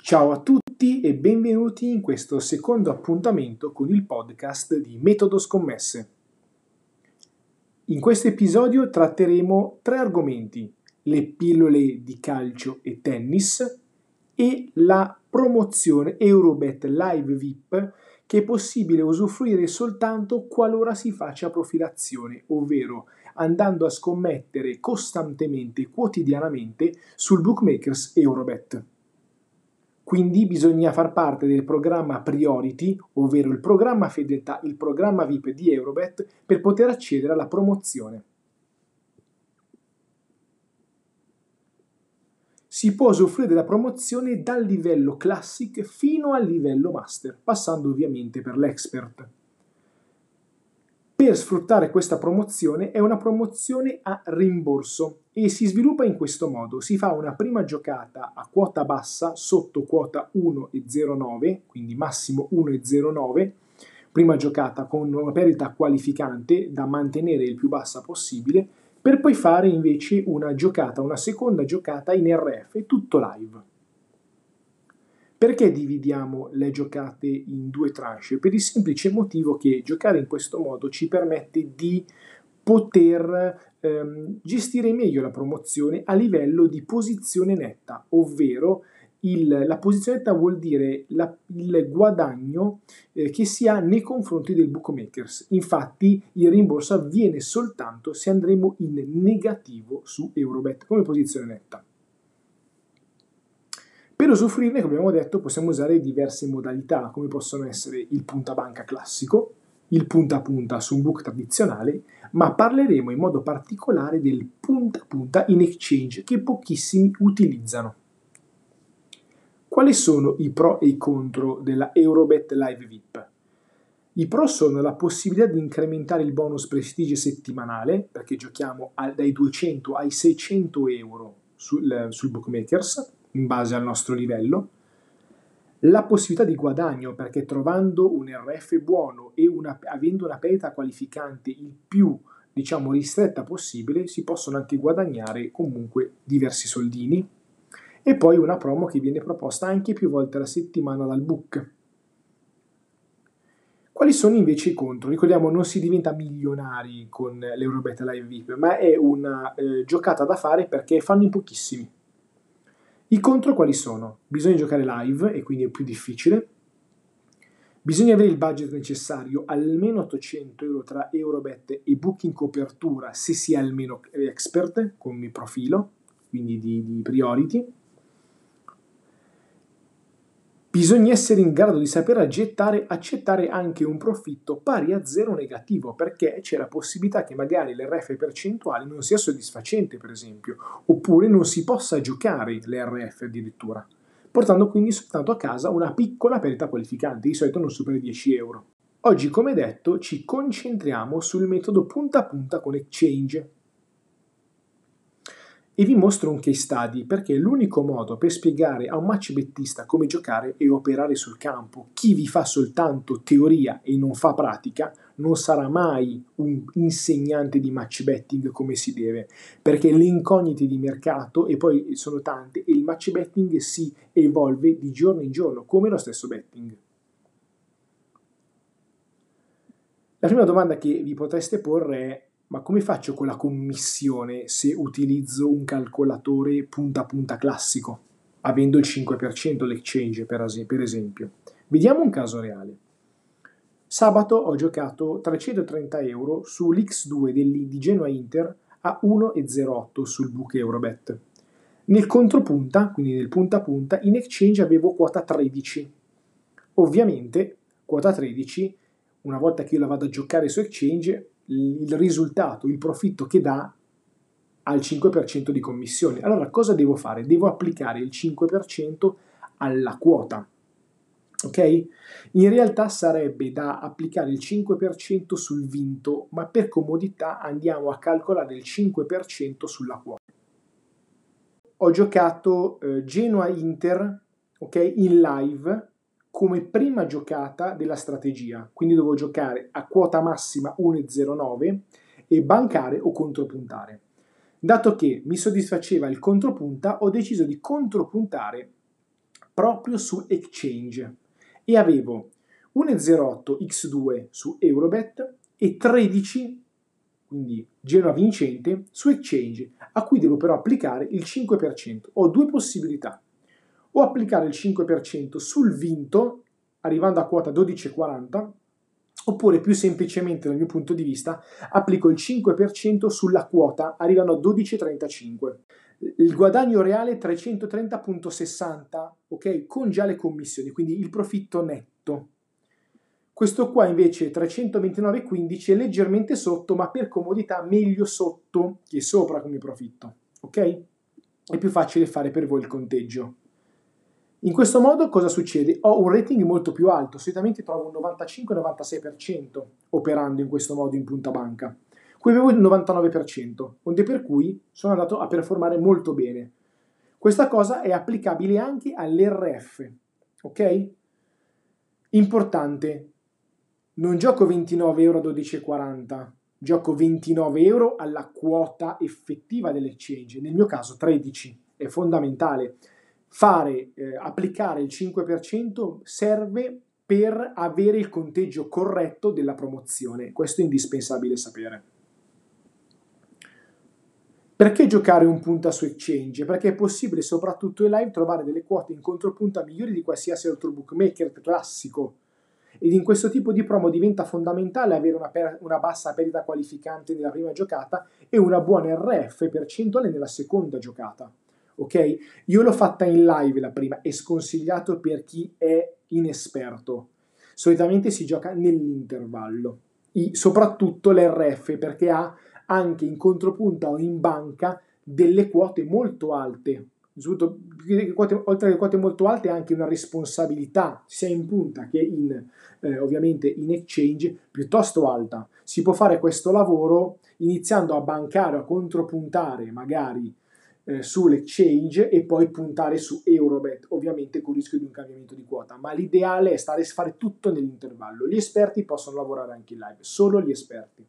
Ciao a tutti e benvenuti in questo secondo appuntamento con il podcast di Metodo Scommesse. In questo episodio tratteremo 3 argomenti: le pillole di calcio e tennis e la promozione Eurobet Live VIP che è possibile usufruire soltanto qualora si faccia profilazione, ovvero andando a scommettere costantemente e quotidianamente sul bookmakers Eurobet. Quindi bisogna far parte del programma Priority, ovvero il programma fedeltà, il programma VIP di Eurobet, per poter accedere alla promozione. Si può usufruire della promozione dal livello Classic fino al livello Master, passando ovviamente per l'Expert. Per sfruttare questa promozione è una promozione a rimborso e si sviluppa in questo modo: si fa una prima giocata a quota bassa sotto quota 1,09, quindi massimo 1,09, prima giocata con una perdita qualificante da mantenere il più bassa possibile, per poi fare invece una seconda giocata in RF, tutto live. Perché dividiamo le giocate in 2 tranche? Per il semplice motivo che giocare in questo modo ci permette di poter gestire meglio la promozione a livello di posizione netta, ovvero la posizione netta vuol dire il guadagno che si ha nei confronti del bookmakers. Infatti il rimborso avviene soltanto se andremo in negativo su Eurobet come posizione netta. Per usufruirne, come abbiamo detto, possiamo usare diverse modalità, come possono essere il puntabanca classico, il punta punta su un book tradizionale, ma parleremo in modo particolare del punta punta in exchange che pochissimi utilizzano. Quali sono i pro e i contro della Eurobet Live VIP? I pro sono la possibilità di incrementare il bonus prestige settimanale, perché giochiamo dai 200 ai 600 euro sul bookmakers, in base al nostro livello, la possibilità di guadagno, perché trovando un RF buono e avendo una perdita qualificante il più ristretta possibile, si possono anche guadagnare comunque diversi soldini, e poi una promo che viene proposta anche più volte alla settimana dal book. Quali sono invece i contro? Ricordiamo, non si diventa milionari con l'Eurobet Live VIP, ma è una giocata da fare perché fanno in pochissimi. I contro quali sono? Bisogna giocare live e quindi è più difficile. Bisogna avere il budget necessario, almeno 800 euro tra Eurobet e Booking copertura, se si è almeno expert con il profilo, quindi di Priority. Bisogna essere in grado di saper accettare anche un profitto pari a zero negativo, perché c'è la possibilità che magari l'RF percentuale non sia soddisfacente, per esempio, oppure non si possa giocare l'RF addirittura, portando quindi soltanto a casa una piccola perdita qualificante, di solito non supera i 10 euro. Oggi, come detto, ci concentriamo sul metodo punta a punta con exchange. E vi mostro un case study perché l'unico modo per spiegare a un matchbettista come giocare e operare sul campo. Chi vi fa soltanto teoria e non fa pratica non sarà mai un insegnante di match betting come si deve, perché le incognite di mercato e poi sono tante e il match betting si evolve di giorno in giorno come lo stesso betting. La prima domanda che vi potreste porre è: ma come faccio con la commissione se utilizzo un calcolatore punta a punta classico, avendo il 5% l'exchange per esempio? Vediamo un caso reale. Sabato ho giocato 330 euro sull'X2 di Genoa Inter a 1,08 sul book Eurobet. Nel contropunta, quindi nel punta a punta, in exchange avevo quota 13. Ovviamente, quota 13, una volta che io la vado a giocare su exchange, il risultato, il profitto che dà al 5% di commissione. Allora cosa devo fare? Devo applicare il 5% alla quota. Ok? In realtà sarebbe da applicare il 5% sul vinto, ma per comodità andiamo a calcolare il 5% sulla quota. Ho giocato Genoa-Inter, ok, in live come prima giocata della strategia, quindi dovevo giocare a quota massima 1,09 e bancare o contropuntare. Dato che mi soddisfaceva il contropunta, ho deciso di contropuntare proprio su Exchange e avevo 1,08 X2 su Eurobet e 13, quindi Genoa vincente, su Exchange, a cui devo però applicare il 5%. Ho due possibilità: o applicare il 5% sul vinto, arrivando a quota 12,40, oppure più semplicemente dal mio punto di vista applico il 5% sulla quota, arrivando a 12,35. Il guadagno reale 330,60, ok? Con già le commissioni, quindi il profitto netto. Questo qua invece 329,15 è leggermente sotto, ma per comodità meglio sotto che sopra come profitto, ok? È più facile fare per voi il conteggio. In questo modo cosa succede? Ho un rating molto più alto, solitamente trovo un 95-96% operando in questo modo in punta banca. Qui avevo il 99%, onde per cui sono andato a performare molto bene. Questa cosa è applicabile anche all'RF, ok? Importante, non gioco 29 euro a 12,40, gioco 29 euro alla quota effettiva dell'exchange, nel mio caso 13, è fondamentale. Applicare il 5% serve per avere il conteggio corretto della promozione, questo è indispensabile sapere. Perché giocare un punta su Exchange? Perché è possibile, soprattutto in live, trovare delle quote in contropunta migliori di qualsiasi altro bookmaker classico. Ed in questo tipo di promo diventa fondamentale avere una bassa perdita qualificante nella prima giocata e una buona RF percentuale nella seconda giocata. Ok? Io l'ho fatta in live la prima, è sconsigliato per chi è inesperto. Solitamente si gioca nell'intervallo. Soprattutto l'RF perché ha anche in contropunta o in banca delle quote molto alte. Oltre alle quote molto alte anche una responsabilità sia in punta che ovviamente in exchange piuttosto alta. Si può fare questo lavoro iniziando a bancare o a contropuntare magari sull'exchange e poi puntare su Eurobet, ovviamente con il rischio di un cambiamento di quota, ma l'ideale è fare tutto nell'intervallo. Gli esperti possono lavorare anche in live, solo gli esperti.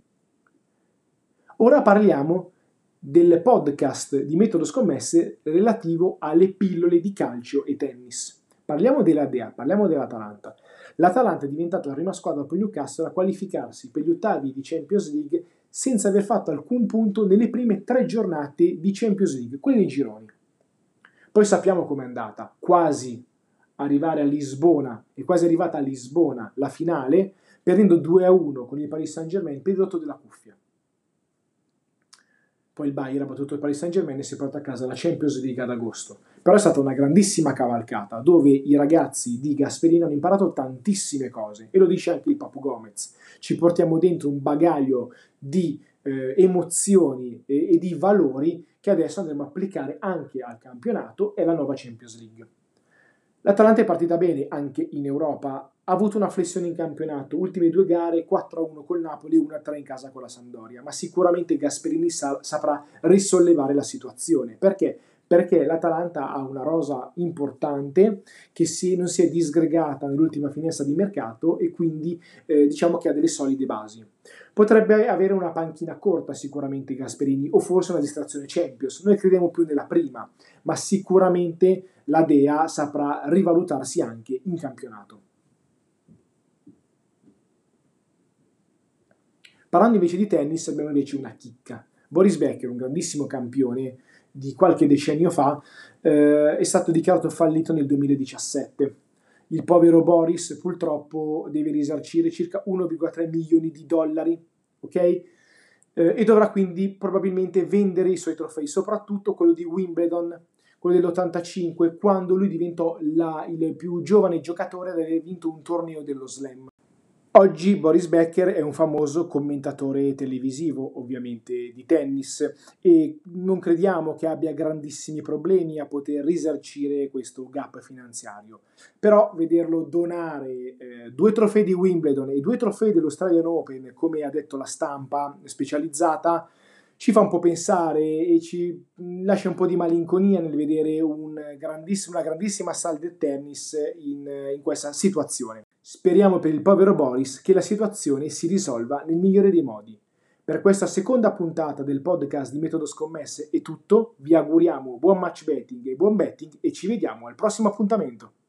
Ora parliamo del podcast di Metodo Scommesse relativo alle pillole di calcio e tennis. Parliamo della Dea, parliamo dell'Atalanta. L'Atalanta è diventata la prima squadra per Newcastle a qualificarsi per gli ottavi di Champions League senza aver fatto alcun punto nelle prime 3 giornate di Champions League, quelle nei gironi. Poi sappiamo com'è andata, quasi arrivare a Lisbona, è quasi arrivata a Lisbona la finale, perdendo 2-1 con il Paris Saint-Germain per il rotto della cuffia. Poi il Bayern ha battuto il Paris Saint-Germain e si è portato a casa la Champions League ad agosto. Però è stata una grandissima cavalcata, dove i ragazzi di Gasperini hanno imparato tantissime cose, e lo dice anche il Papu Gomez. Ci portiamo dentro un bagaglio di emozioni e di valori che adesso andremo a applicare anche al campionato e alla nuova Champions League. L'Atalanta è partita bene anche in Europa, ha avuto una flessione in campionato, ultime 2 gare 4-1 col Napoli e 1-3 in casa con la Sampdoria, ma sicuramente Gasperini saprà risollevare la situazione. Perché? Perché l'Atalanta ha una rosa importante che non si è disgregata nell'ultima finestra di mercato e quindi diciamo che ha delle solide basi. Potrebbe avere una panchina corta sicuramente Gasperini o forse una distrazione Champions, noi crediamo più nella prima, ma sicuramente la Dea saprà rivalutarsi anche in campionato. Parlando invece di tennis abbiamo invece una chicca. Boris Becker, un grandissimo campione di qualche decennio fa, è stato dichiarato fallito nel 2017. Il povero Boris purtroppo deve risarcire circa 1,3 milioni di dollari, ok? E dovrà quindi probabilmente vendere i suoi trofei, soprattutto quello di Wimbledon, quello dell'85, quando lui diventò il più giovane giocatore ad aver vinto un torneo dello Slam. Oggi Boris Becker è un famoso commentatore televisivo, ovviamente, di tennis e non crediamo che abbia grandissimi problemi a poter risarcire questo gap finanziario. Però vederlo donare 2 trofei di Wimbledon e 2 trofei dell'Australian Open, come ha detto la stampa specializzata, ci fa un po' pensare e ci lascia un po' di malinconia nel vedere una grandissima salle del tennis in questa situazione. Speriamo per il povero Boris che la situazione si risolva nel migliore dei modi. Per questa seconda puntata del podcast di Metodo Scommesse è tutto, vi auguriamo buon match betting e buon betting e ci vediamo al prossimo appuntamento.